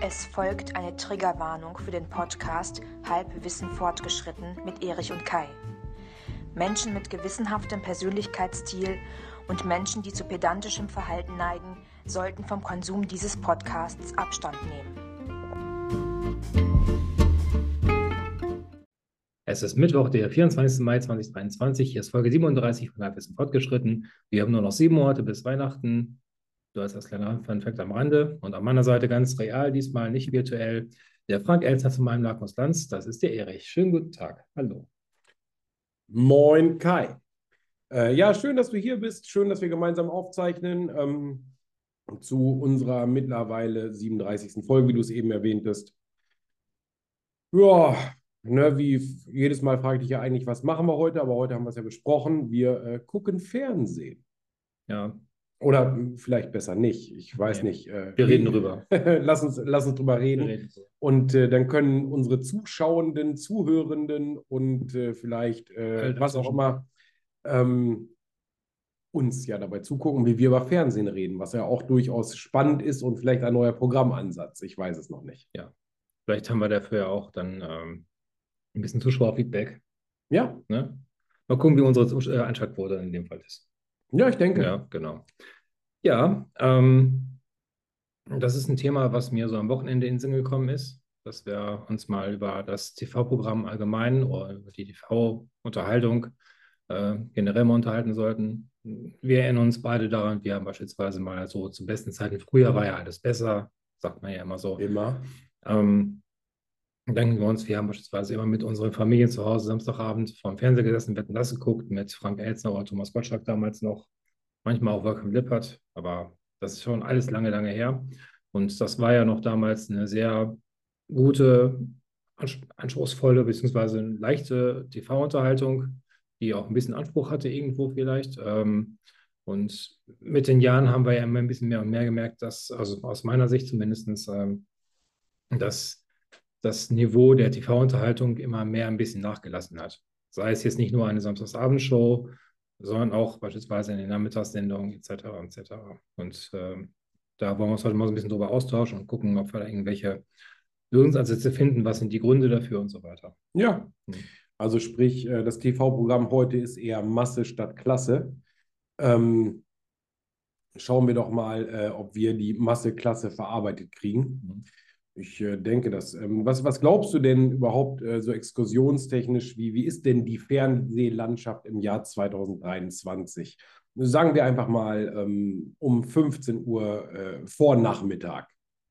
Es folgt eine Triggerwarnung für den Podcast Halbwissen fortgeschritten mit Erich und Kai. Menschen mit gewissenhaftem Persönlichkeitsstil und Menschen, die zu pedantischem Verhalten neigen, sollten vom Konsum dieses Podcasts Abstand nehmen. Es ist Mittwoch, der 24. Mai 2023. Hier ist Folge 37 von Halbwissen fortgeschritten. Wir haben nur noch 7 Monate bis Weihnachten. Du hast das kleine Fun-Fact am Rande. Und an meiner Seite ganz real, diesmal nicht virtuell, der Frank Elstner zu meinem Lackmuslanz. Das ist der Erich. Schönen guten Tag. Hallo. Moin Kai. Ja, schön, dass du hier bist. Schön, dass wir gemeinsam aufzeichnen zu unserer mittlerweile 37. Folge, wie du es eben erwähntest. Ja, ne, wie jedes Mal frage ich dich ja eigentlich, was machen wir heute? Aber heute haben wir es ja besprochen. Wir gucken Fernsehen. Ja, Oder vielleicht besser nicht. Ich weiß Nee. nicht. wir reden drüber. Lass uns drüber reden. Wir reden so. Und dann können unsere Zuschauenden, Zuhörenden und vielleicht was auch immer uns ja dabei zugucken, wie wir über Fernsehen reden, was ja auch durchaus spannend ist und vielleicht ein neuer Programmansatz. Ich weiß es noch nicht. Ja, vielleicht haben wir dafür ja auch dann ein bisschen Zuschauerfeedback. Ja, Ne? Mal gucken, wie unsere Einschaltquote in dem Fall ist. ja, ich denke. Ja, genau. Ja, das ist ein Thema, was mir so am Wochenende in den Sinn gekommen ist, dass wir uns mal über das TV-Programm allgemein oder über die TV-Unterhaltung generell mal unterhalten sollten. Wir erinnern uns beide daran, wir haben beispielsweise mal so zu besten Zeiten, früher war ja alles besser, sagt man ja immer so. Immer. Denken wir uns, wir haben beispielsweise immer mit unseren Familien zu Hause Samstagabend vorm Fernseher gesessen, Wetten, das geguckt, mit Frank Elstner oder Thomas Gottschalk damals noch, manchmal auch Wolfgang Lippert, aber das ist schon alles lange, lange her. Und das war ja noch damals eine sehr gute, anspruchsvolle bzw. leichte TV-Unterhaltung, die auch ein bisschen Anspruch hatte irgendwo vielleicht. Und mit den Jahren haben wir ja immer ein bisschen mehr und mehr gemerkt, dass, also aus meiner Sicht zumindest, dass das Niveau der TV-Unterhaltung immer mehr ein bisschen nachgelassen hat. Sei es jetzt nicht nur eine Samstagsabendshow, sondern auch beispielsweise in den Nachmittagssendungen etc. etc. Und da wollen wir uns heute mal so ein bisschen drüber austauschen und gucken, ob wir da irgendwelche Lösungsansätze finden, was sind die Gründe dafür und so weiter. Ja, also sprich, das TV-Programm heute ist eher Masse statt Klasse. Schauen wir doch mal, ob wir die Masse-Klasse verarbeitet kriegen. Ich denke das. Was glaubst du denn überhaupt so exkursionstechnisch, wie ist denn die Fernsehlandschaft im Jahr 2023? Sagen wir einfach mal um 15 Uhr vor Nachmittag.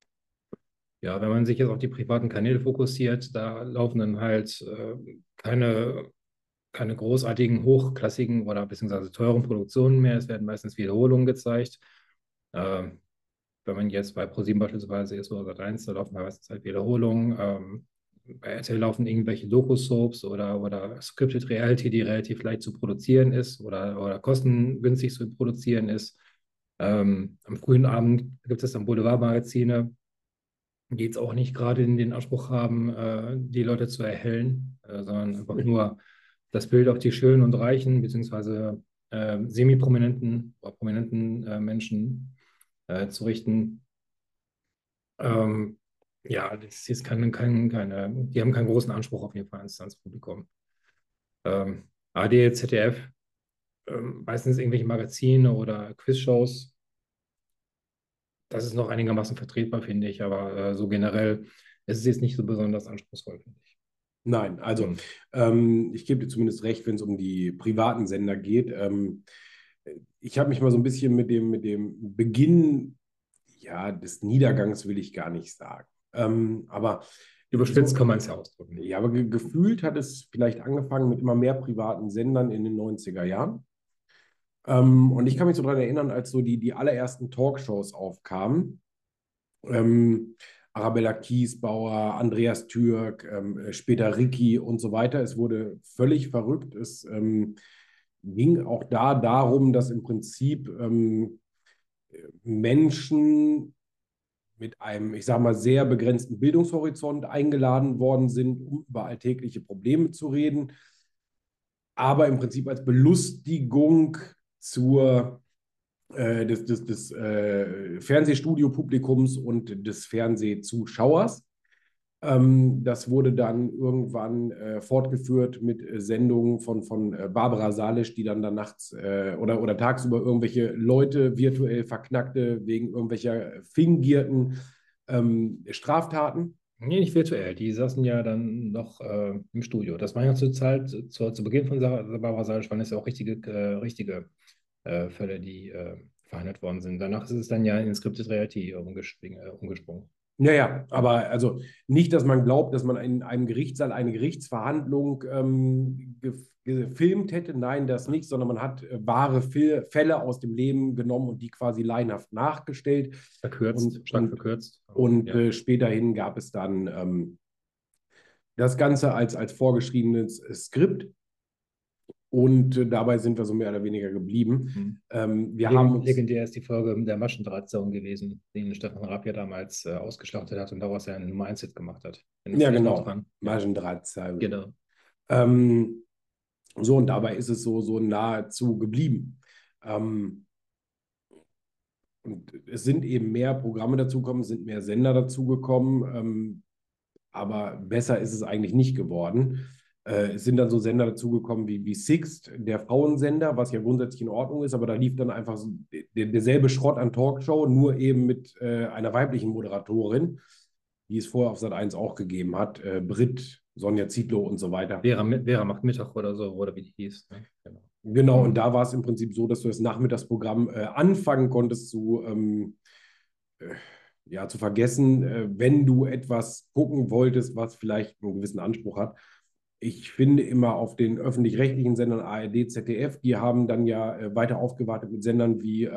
Ja, wenn man sich jetzt auf die privaten Kanäle fokussiert, da laufen dann halt keine großartigen, hochklassigen oder beziehungsweise teuren Produktionen mehr. Es werden meistens Wiederholungen gezeigt. Wenn man jetzt bei ProSieben beispielsweise ist oder Sat.1, da laufen meistens halt Wiederholungen. Bei RTL laufen irgendwelche Doku-Soaps oder Scripted Reality, die relativ leicht zu produzieren ist oder kostengünstig zu produzieren ist. Am frühen Abend gibt es dann Boulevardmagazine, die jetzt auch nicht gerade den Anspruch haben, die Leute zu erhellen, sondern einfach nur das Bild auf die Schönen und Reichen, beziehungsweise semi-prominenten oder prominenten Menschen zu richten. Ja, das ist keine, die haben keinen großen Anspruch auf jeden Fall ans Publikum. ARD, ZDF, meistens irgendwelche Magazine oder Quizshows. Das ist noch einigermaßen vertretbar, finde ich, aber so generell ist es jetzt nicht so besonders anspruchsvoll, finde ich. Nein, also ich gebe dir zumindest recht, wenn es um die privaten Sender geht. Ich habe mich mal so ein bisschen mit dem Beginn, ja, des Niedergangs will ich gar nicht sagen. Aber Überspitzt kann man es ja ausdrücken. ja, aber gefühlt hat es vielleicht angefangen mit immer mehr privaten Sendern in den 90er Jahren. Und ich kann mich so daran erinnern, als so die allerersten Talkshows aufkamen. Arabella Kiesbauer, Andreas Türk, später Ricky und so weiter. Es wurde völlig verrückt. Es ging auch da darum, dass im Prinzip Menschen mit einem, ich sage mal, sehr begrenzten Bildungshorizont eingeladen worden sind, um über alltägliche Probleme zu reden, aber im Prinzip als Belustigung zur des Fernsehstudio-Publikums und des Fernsehzuschauers. Das wurde dann irgendwann fortgeführt mit Sendungen von Barbara Salisch, die dann nachts oder tagsüber irgendwelche Leute virtuell verknackte wegen irgendwelcher fingierten Straftaten. Nee, nicht virtuell. Die saßen ja dann noch im Studio. Das war ja zur Zeit, zu Beginn von Barbara Salisch waren es ja auch richtige Fälle, die verhandelt worden sind. Danach ist es dann ja in Scripted Reality umgesprungen. Naja, aber also nicht, dass man glaubt, dass man in einem Gerichtssaal eine Gerichtsverhandlung gefilmt hätte. Nein, das nicht, sondern man hat wahre Fälle aus dem Leben genommen und die quasi laienhaft nachgestellt. Stark verkürzt. Und späterhin gab es dann das Ganze als vorgeschriebenes Skript. Und dabei sind wir so mehr oder weniger geblieben. Legendär ist die Folge der Maschendrahtzaun gewesen, den Stefan Raab ja damals ausgeschlachtet hat und daraus ja einen Nummer 1 Hit gemacht hat. Ja, genau. Maschendrahtzaun. Genau. So, und dabei ist es so nahezu geblieben. Und es sind eben mehr Programme dazugekommen, es sind mehr Sender dazugekommen, aber besser ist es eigentlich nicht geworden. Es sind dann so Sender dazugekommen wie Sixt, der Frauensender, was ja grundsätzlich in Ordnung ist, aber da lief dann einfach so derselbe Schrott an Talkshow, nur eben mit einer weiblichen Moderatorin, die es vorher auf Sat.1 auch gegeben hat, Brit, Sonja Zietlow und so weiter. Vera macht Mittag oder so, oder wie die hieß. Ne? Genau, und da war es im Prinzip so, dass du das Nachmittagsprogramm anfangen konntest zu vergessen, wenn du etwas gucken wolltest, was vielleicht einen gewissen Anspruch hat. Ich finde immer auf den öffentlich-rechtlichen Sendern ARD, ZDF, die haben dann ja weiter aufgewartet mit Sendern wie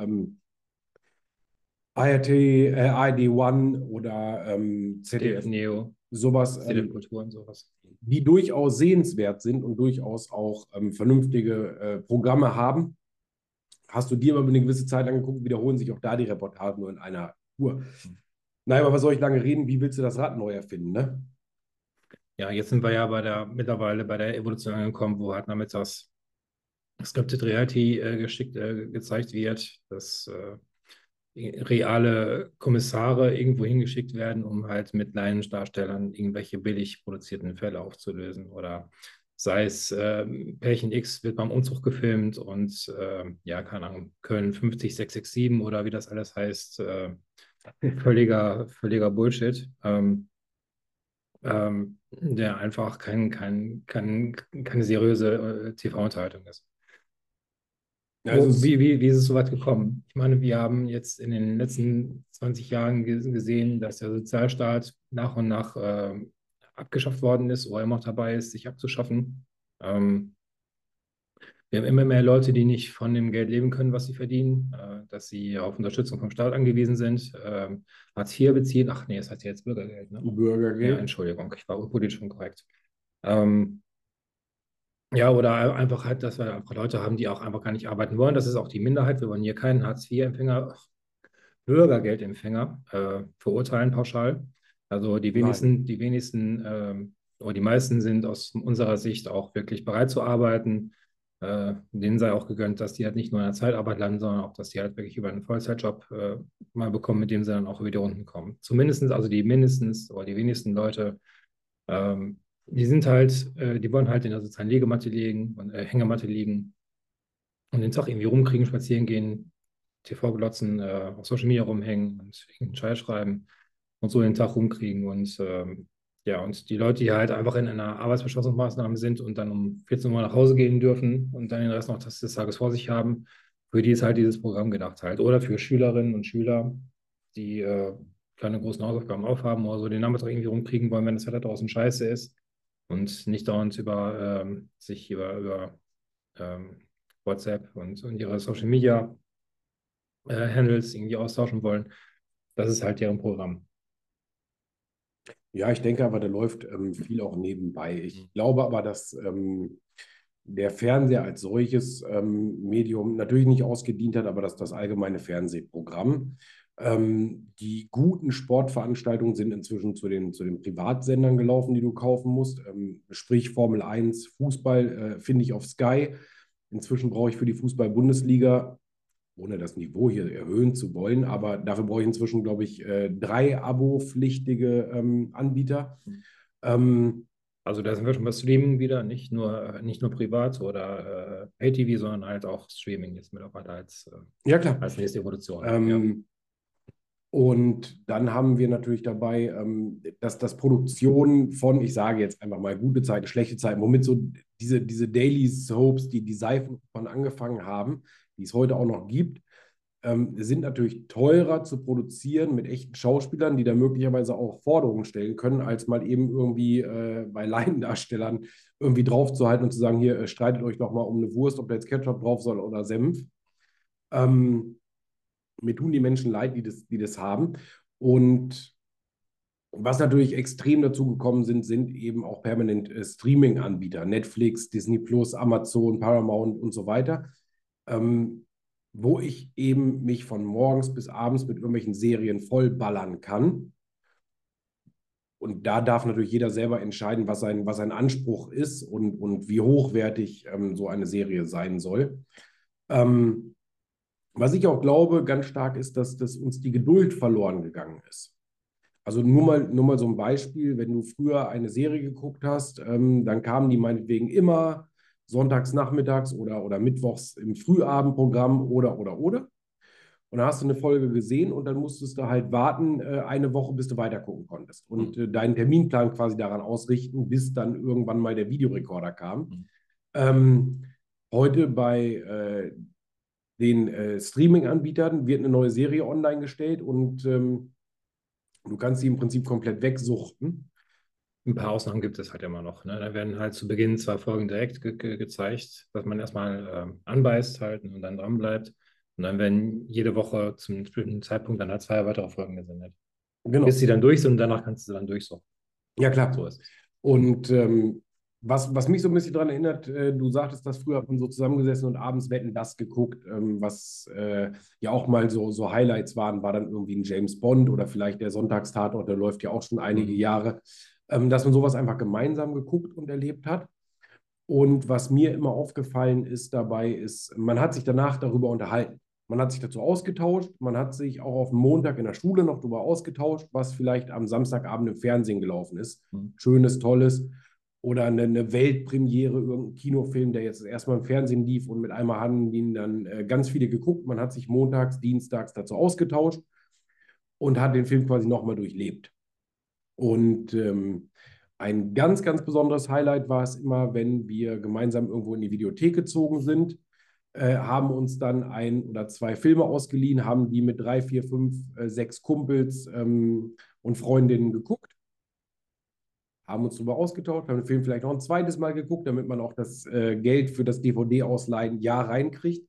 ARD One oder ZDF Neo, sowas, ZDF Kultur und sowas, die durchaus sehenswert sind und durchaus auch vernünftige Programme haben. Hast du dir mal eine gewisse Zeit angeguckt, wiederholen sich auch da die Reportagen nur in einer Uhr. Nein, aber was soll ich lange reden? Wie willst du das Rad neu erfinden, ne? Ja, jetzt sind wir ja mittlerweile bei der Evolution angekommen, wo halt damit das Scripted Reality gezeigt wird, dass reale Kommissare irgendwo hingeschickt werden, um halt mit Laiendarstellern irgendwelche billig produzierten Fälle aufzulösen. Oder sei es Pärchen X wird beim Umzug gefilmt und keine Ahnung, Köln 50667 oder wie das alles heißt, völliger Bullshit. Der einfach keine seriöse TV-Unterhaltung ist. Also wie ist es so weit gekommen? Ich meine, wir haben jetzt in den letzten 20 Jahren gesehen, dass der Sozialstaat nach und nach abgeschafft worden ist oder immer noch dabei ist, sich abzuschaffen. Wir haben immer mehr Leute, die nicht von dem Geld leben können, was sie verdienen, dass sie auf Unterstützung vom Staat angewiesen sind, Hartz IV beziehen. Ach nee, es heißt ja jetzt Bürgergeld. Ne? Bürgergeld. Ja, Entschuldigung, ich war politisch unkorrekt. Oder einfach halt, dass wir einfach Leute haben, die auch einfach gar nicht arbeiten wollen. Das ist auch die Minderheit. Wir wollen hier keinen Hartz-IV-Empfänger, Bürgergeldempfänger verurteilen pauschal. Also die wenigsten oder die meisten sind aus unserer Sicht auch wirklich bereit zu arbeiten. Denen sei auch gegönnt, dass die halt nicht nur in der Zeitarbeit landen, sondern auch, dass die halt wirklich über einen Vollzeitjob mal bekommen, mit dem sie dann auch über die Runden kommen. Also die wenigsten Leute, die wollen halt in der sozialen Liegematte liegen und Hängematte liegen und den Tag irgendwie rumkriegen, spazieren gehen, TV glotzen, auf Social Media rumhängen und irgendeinen Scheiß schreiben und so den Tag rumkriegen und und die Leute, die halt einfach in einer Arbeitsbeschaffungsmaßnahme sind und dann um 14 Uhr nach Hause gehen dürfen und dann den Rest noch des Tages vor sich haben, für die ist halt dieses Programm gedacht halt. Oder für Schülerinnen und Schüler, die keine großen Hausaufgaben aufhaben oder so den Nachmittag irgendwie rumkriegen wollen, wenn das Wetter draußen scheiße ist und nicht dauernd sich über WhatsApp und ihre Social Media Handles irgendwie austauschen wollen. Das ist halt deren Programm. Ja, ich denke aber, da läuft viel auch nebenbei. Ich glaube aber, dass der Fernseher als solches Medium natürlich nicht ausgedient hat, aber dass das allgemeine Fernsehprogramm. Die guten Sportveranstaltungen sind inzwischen zu den Privatsendern gelaufen, die du kaufen musst. Sprich Formel 1, Fußball finde ich auf Sky. Inzwischen brauche ich für die Fußball-Bundesliga ohne das Niveau hier erhöhen zu wollen, aber dafür brauche ich inzwischen, glaube ich, 3 abo-pflichtige Anbieter. Also da sind wir schon bei Streaming wieder, nicht nur privat oder Pay-TV, sondern halt auch Streaming jetzt mittlerweile Ja, klar. als nächste Evolution. Und dann haben wir natürlich dabei, dass das Produktion von, ich sage jetzt einfach mal gute Zeiten, schlechte Zeiten, womit so diese Daily Soaps, die Seifen von angefangen haben, die es heute auch noch gibt, sind natürlich teurer zu produzieren mit echten Schauspielern, die da möglicherweise auch Forderungen stellen können, als mal eben irgendwie bei Laiendarstellern irgendwie draufzuhalten und zu sagen, hier, streitet euch doch mal um eine Wurst, ob da jetzt Ketchup drauf soll oder Senf. Mir tun die Menschen leid, die das haben. Und was natürlich extrem dazu gekommen sind eben auch permanent Streaming-Anbieter, Netflix, Disney Plus, Amazon, Paramount und so weiter, wo ich eben mich von morgens bis abends mit irgendwelchen Serien vollballern kann. Und da darf natürlich jeder selber entscheiden, was sein Anspruch ist und wie hochwertig so eine Serie sein soll. Was ich auch glaube, ganz stark ist, dass uns die Geduld verloren gegangen ist. Also nur mal so ein Beispiel, wenn du früher eine Serie geguckt hast, dann kamen die meinetwegen immer sonntags nachmittags oder mittwochs im Frühabendprogramm oder. Und dann hast du eine Folge gesehen und dann musstest du halt warten, eine Woche, bis du weitergucken konntest. Und deinen Terminplan quasi daran ausrichten, bis dann irgendwann mal der Videorekorder kam. Heute bei den Streaming-Anbietern wird eine neue Serie online gestellt und du kannst sie im Prinzip komplett wegsuchten. Ein paar Ausnahmen gibt es halt immer noch. Ne? Da werden halt zu Beginn 2 Folgen direkt gezeigt, dass man erstmal anbeißt halt und dann dran bleibt. Und dann werden jede Woche zum bestimmten Zeitpunkt dann halt 2 weitere Folgen gesendet. Genau. Bis sie dann durch sind und danach kannst du sie dann durchsuchen. Ja, klar. So ist es. Und was mich so ein bisschen daran erinnert, du sagtest, dass früher hat man so zusammengesessen und abends Wetten, das geguckt, was ja auch mal so Highlights waren, war dann irgendwie ein James Bond oder vielleicht der Sonntagstatort, der läuft ja auch schon einige Jahre, dass man sowas einfach gemeinsam geguckt und erlebt hat. Und was mir immer aufgefallen ist dabei, ist, man hat sich danach darüber unterhalten. Man hat sich dazu ausgetauscht, man hat sich auch auf dem Montag in der Schule noch darüber ausgetauscht, was vielleicht am Samstagabend im Fernsehen gelaufen ist. Schönes, Tolles. Oder eine Weltpremiere, irgendein Kinofilm, der jetzt erstmal im Fernsehen lief und mit einmal haben ihn dann ganz viele geguckt. Man hat sich montags, dienstags dazu ausgetauscht und hat den Film quasi nochmal durchlebt. Und ein ganz, ganz besonderes Highlight war es immer, wenn wir gemeinsam irgendwo in die Videothek gezogen sind, haben uns dann 1 oder 2 Filme ausgeliehen, haben die mit 3, 4, 5, 6 Kumpels und Freundinnen geguckt, haben uns darüber ausgetauscht, haben den Film vielleicht noch ein zweites Mal geguckt, damit man auch das Geld für das DVD-Ausleihen ja reinkriegt.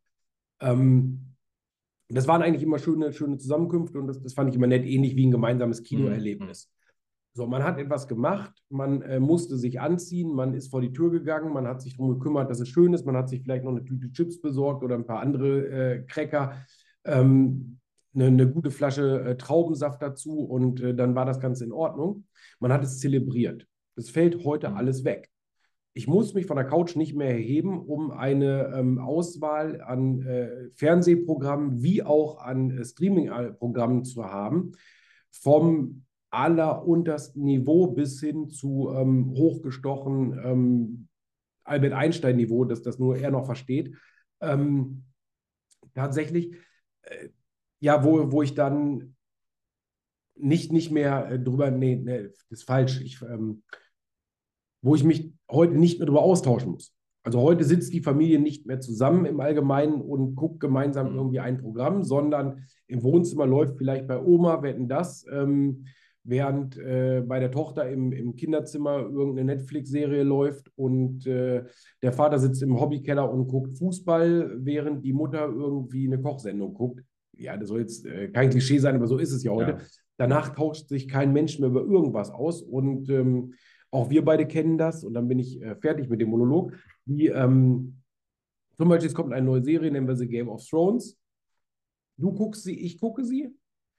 Das waren eigentlich immer schöne Zusammenkünfte und das fand ich immer nett, ähnlich wie ein gemeinsames Kinoerlebnis. So, man hat etwas gemacht, man musste sich anziehen, man ist vor die Tür gegangen, man hat sich darum gekümmert, dass es schön ist, man hat sich vielleicht noch eine Tüte Chips besorgt oder ein paar andere Cracker, eine gute Flasche Traubensaft dazu und dann war das Ganze in Ordnung. Man hat es zelebriert. Das fällt heute alles weg. Ich muss mich von der Couch nicht mehr erheben, um eine Auswahl an Fernsehprogrammen wie auch an Streaming-Programmen zu haben, vom alleruntersten Niveau bis hin zu hochgestochen Albert Einstein-Niveau, dass das nur er noch versteht. Tatsächlich, ja, wo ich dann nicht mehr drüber, nee, das ist falsch, wo ich mich heute nicht mehr drüber austauschen muss. Also heute sitzt die Familie nicht mehr zusammen im Allgemeinen und guckt gemeinsam irgendwie ein Programm, sondern im Wohnzimmer läuft vielleicht bei Oma Wetten, das, während bei der Tochter im Kinderzimmer irgendeine Netflix-Serie läuft und der Vater sitzt im Hobbykeller und guckt Fußball, während die Mutter irgendwie eine Kochsendung guckt. Ja, das soll jetzt kein Klischee sein, aber so ist es ja heute. Ja. Danach tauscht sich kein Mensch mehr über irgendwas aus und auch wir beide kennen das und dann bin ich fertig mit dem Monolog. Zum Beispiel, es kommt eine neue Serie, nennen wir sie Game of Thrones. Du guckst sie, ich gucke sie.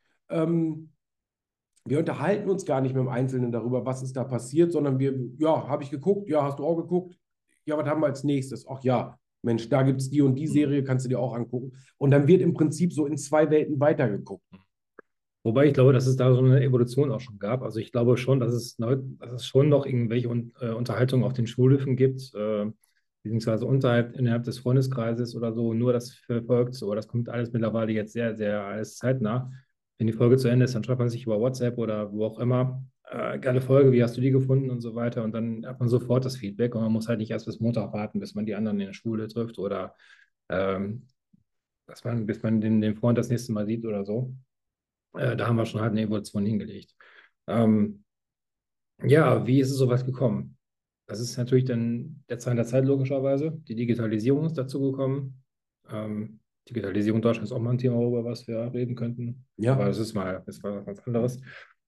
Wir unterhalten uns gar nicht mehr im Einzelnen darüber, was ist da passiert, sondern ja, habe ich geguckt? Ja, hast du auch geguckt? Ja, was haben wir als nächstes? Ach ja, Mensch, da gibt es die und die Serie, kannst du dir auch angucken. Und dann wird im Prinzip so in zwei Welten weitergeguckt. Wobei ich glaube, dass es da so eine Evolution auch schon gab. Also ich glaube schon, dass es schon noch irgendwelche Unterhaltungen auf den Schulhöfen gibt, beziehungsweise innerhalb des Freundeskreises oder so, nur das verfolgt. So, das kommt alles mittlerweile jetzt sehr, sehr alles zeitnah. Wenn die Folge zu Ende ist, dann schreibt man sich über WhatsApp oder wo auch immer, geile Folge, wie hast du die gefunden und so weiter. Und dann hat man sofort das Feedback und man muss halt nicht erst bis Montag warten, bis man die anderen in der Schule trifft oder ähm, bis man den Freund das nächste Mal sieht oder so. Da haben wir schon halt eine Evolution hingelegt. Ähm, ja, wie ist es so weit gekommen? Das ist natürlich dann der Zahn der Zeit logischerweise. Die Digitalisierung ist dazu gekommen. Digitalisierung in Deutschland ist auch mal ein Thema, über was wir reden könnten. Aber Ja, das war was ganz anderes.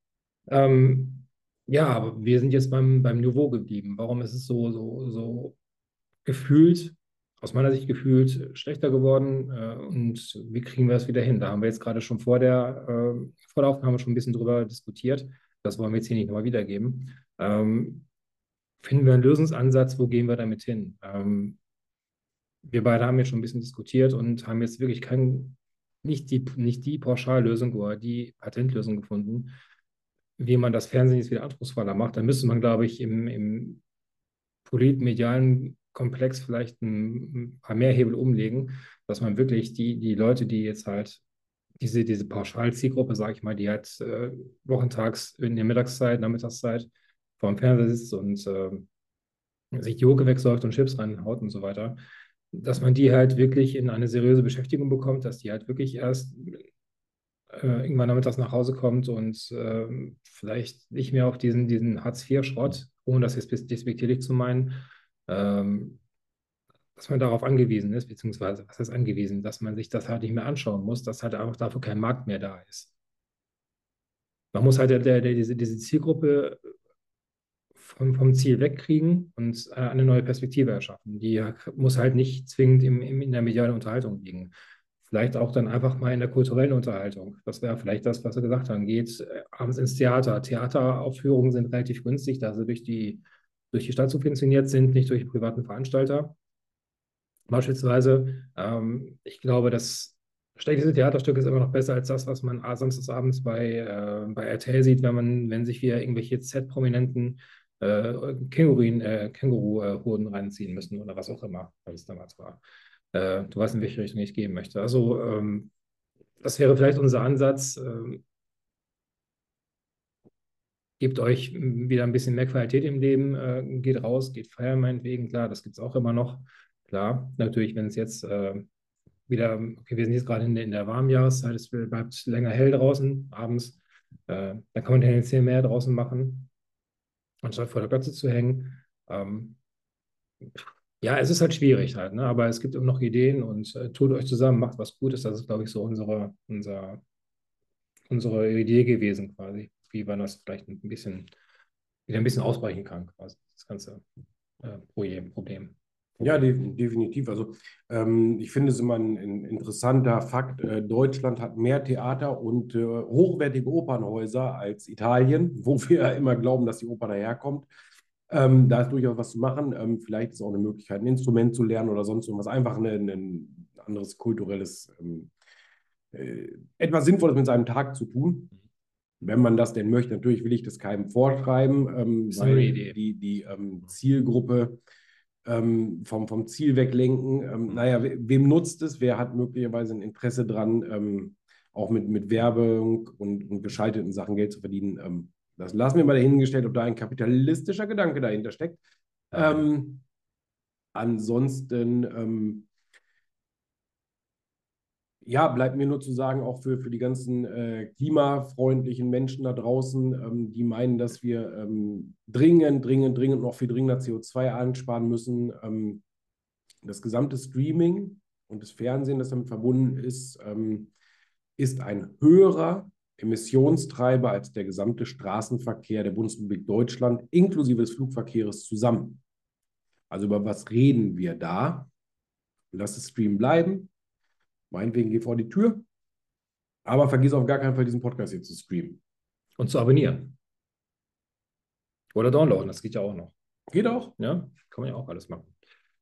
Ähm, ja, aber wir sind jetzt beim Niveau geblieben. Warum ist es so gefühlt, aus meiner Sicht gefühlt, schlechter geworden und wie kriegen wir es wieder hin? Da haben wir jetzt gerade schon vor der Aufnahme schon ein bisschen drüber diskutiert. Das wollen wir jetzt hier nicht nochmal wiedergeben. Finden wir einen Lösungsansatz, wo gehen wir damit hin? Wir beide haben jetzt schon ein bisschen diskutiert und haben jetzt wirklich nicht die Pauschallösung oder die Patentlösung gefunden, wie man das Fernsehen jetzt wieder anspruchsvoller macht. Da müsste man, glaube ich, im politmedialen Komplex vielleicht ein paar mehr Hebel umlegen, dass man wirklich die Leute, die jetzt halt diese Pauschalzielgruppe, sage ich mal, die halt wochentags in der Mittagszeit, Nachmittagszeit vor dem Fernseher sitzt und sich Joghurt wegsäuft und Chips reinhaut und so weiter, dass man die halt wirklich in eine seriöse Beschäftigung bekommt, dass die halt wirklich erst irgendwann nachmittags nach Hause kommt und vielleicht nicht mehr auf diesen Hartz-IV-Schrott, ohne das jetzt despektierlich zu meinen, ähm, dass man darauf angewiesen ist, beziehungsweise, was heißt angewiesen, dass man sich das halt nicht mehr anschauen muss, dass halt einfach dafür kein Markt mehr da ist. Man muss halt diese Zielgruppe vom Ziel wegkriegen und eine neue Perspektive erschaffen. Die muss halt nicht zwingend in der medialen Unterhaltung liegen. Vielleicht auch dann einfach mal in der kulturellen Unterhaltung. Das wäre vielleicht das, was Sie gesagt haben. Geht abends ins Theater. Theateraufführungen sind relativ günstig, da sie durch die Stadt subventioniert sind, nicht durch die privaten Veranstalter. Beispielsweise, ich glaube, das schlechteste Theaterstück ist immer noch besser als das, was man samstagsabends bei RTL sieht, wenn sich wieder irgendwelche Z-Prominenten Känguru-Hoden reinziehen müssen oder was auch immer, was es damals war. Du weißt, in welche Richtung ich gehen möchte. Also, das wäre vielleicht unser Ansatz. Gebt euch wieder ein bisschen mehr Qualität im Leben, geht raus, geht feiern meinetwegen, klar, das gibt es auch immer noch. Klar, natürlich, wenn es jetzt wieder, okay, wir sind jetzt gerade in der warmen Jahreszeit, es bleibt länger hell draußen, abends, da kann man tendenziell mehr draußen machen, anstatt vor der Glotze zu hängen. Ja, es ist halt schwierig halt, ne? Aber es gibt immer noch Ideen und tut euch zusammen, macht was Gutes. Das ist, glaube ich, so unsere Idee gewesen quasi, wie man das vielleicht wieder ein bisschen ausbrechen kann, quasi, das ganze Problem. ja, definitiv. Also ich finde es immer ein interessanter Fakt. Deutschland hat mehr Theater und hochwertige Opernhäuser als Italien, wo wir ja immer glauben, dass die Oper daherkommt. Da ist durchaus was zu machen. Vielleicht ist auch eine Möglichkeit, ein Instrument zu lernen oder sonst irgendwas. Einfach ein anderes kulturelles, etwas Sinnvolles mit seinem Tag zu tun. Wenn man das denn möchte, natürlich will ich das keinem vorschreiben, Ist nur eine weil Idee. die Zielgruppe vom Ziel weglenken. Naja, wem nutzt es? Wer hat möglicherweise ein Interesse dran, auch mit Werbung und geschalteten Sachen Geld zu verdienen? Das lassen wir mal dahingestellt, ob da ein kapitalistischer Gedanke dahinter steckt. Ansonsten, ja, bleibt mir nur zu sagen, auch für die ganzen klimafreundlichen Menschen da draußen, die meinen, dass wir dringend noch viel dringender CO2 einsparen müssen. Das gesamte Streaming und das Fernsehen, das damit verbunden ist ein höherer Emissionstreiber als der gesamte Straßenverkehr der Bundesrepublik Deutschland inklusive des Flugverkehrs zusammen. Also über was reden wir da? Lass es Stream bleiben. Meinetwegen geh vor die Tür. Aber vergiss auf gar keinen Fall, diesen Podcast hier zu streamen. Und zu abonnieren. Oder downloaden, das geht ja auch noch. Geht auch. Ja, kann man ja auch alles machen.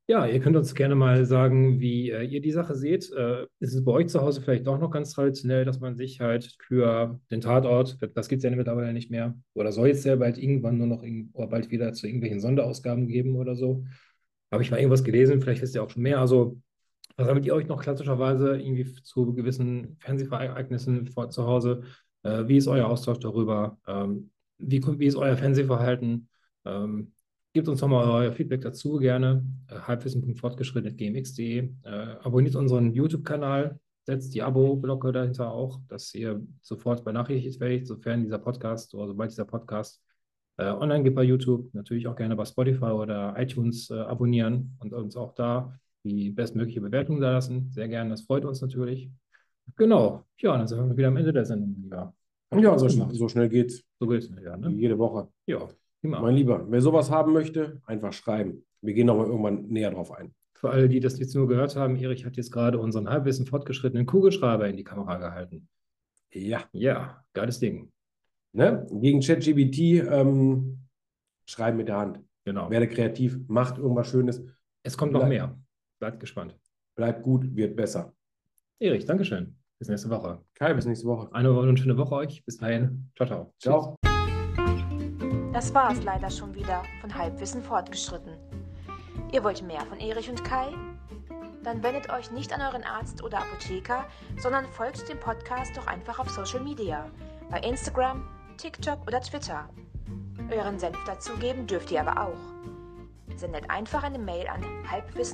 Ja, ihr könnt uns gerne mal sagen, wie ihr die Sache seht. Ist es bei euch zu Hause vielleicht auch noch ganz traditionell, dass man sich halt für den Tatort, das gibt es ja mittlerweile nicht mehr, oder soll es ja bald irgendwann nur noch oder bald wieder zu irgendwelchen Sonderausgaben geben oder so? Habe ich mal irgendwas gelesen, vielleicht wisst ihr auch schon mehr. Also, was sammelt ihr euch noch klassischerweise irgendwie zu gewissen Fernsehvereignissen vor zu Hause? Wie ist euer Austausch darüber? Wie ist euer Fernsehverhalten? Ähm, Gebt uns doch mal euer Feedback dazu gerne. Halbwissen.fortgeschritten.gmx.de. Abonniert unseren YouTube-Kanal, setzt die Abo-Glocke dahinter auch, dass ihr sofort benachrichtigt werdet, sofern dieser Podcast oder sobald dieser Podcast online geht bei YouTube. Natürlich auch gerne bei Spotify oder iTunes abonnieren und uns auch da die bestmögliche Bewertung da lassen. Sehr gerne, das freut uns natürlich. Genau, ja, dann sind wir wieder am Ende der Sendung, lieber. Hat Ja, Spaß gemacht. so schnell geht's. So geht's, ja, Wie ne? jede Woche. Ja, prima. Mein Lieber, wer sowas haben möchte, einfach schreiben. Wir gehen nochmal irgendwann näher drauf ein. Für alle, die das jetzt nur gehört haben, Erich hat jetzt gerade unseren halbwissen fortgeschrittenen Kugelschreiber in die Kamera gehalten. Ja. Ja, geiles Ding. Ne? Gegen ChatGPT schreiben mit der Hand. Genau. Werde kreativ, macht irgendwas Schönes. Es kommt noch mehr. Bleibt gespannt. Bleibt gut, wird besser. Erich, Dankeschön. Bis nächste Woche. Kai, bis nächste Woche. Eine schöne Woche euch. Bis dahin. Ciao, ciao. Ciao. Das war es leider schon wieder von Halbwissen fortgeschritten. Ihr wollt mehr von Erich und Kai? Dann wendet euch nicht an euren Arzt oder Apotheker, sondern folgt dem Podcast doch einfach auf Social Media, bei Instagram, TikTok oder Twitter. Euren Senf dazugeben dürft ihr aber auch. Sendet einfach eine Mail an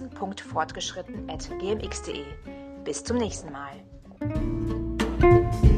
halbwissen.fortgeschritten@gmx.de. Bis zum nächsten Mal.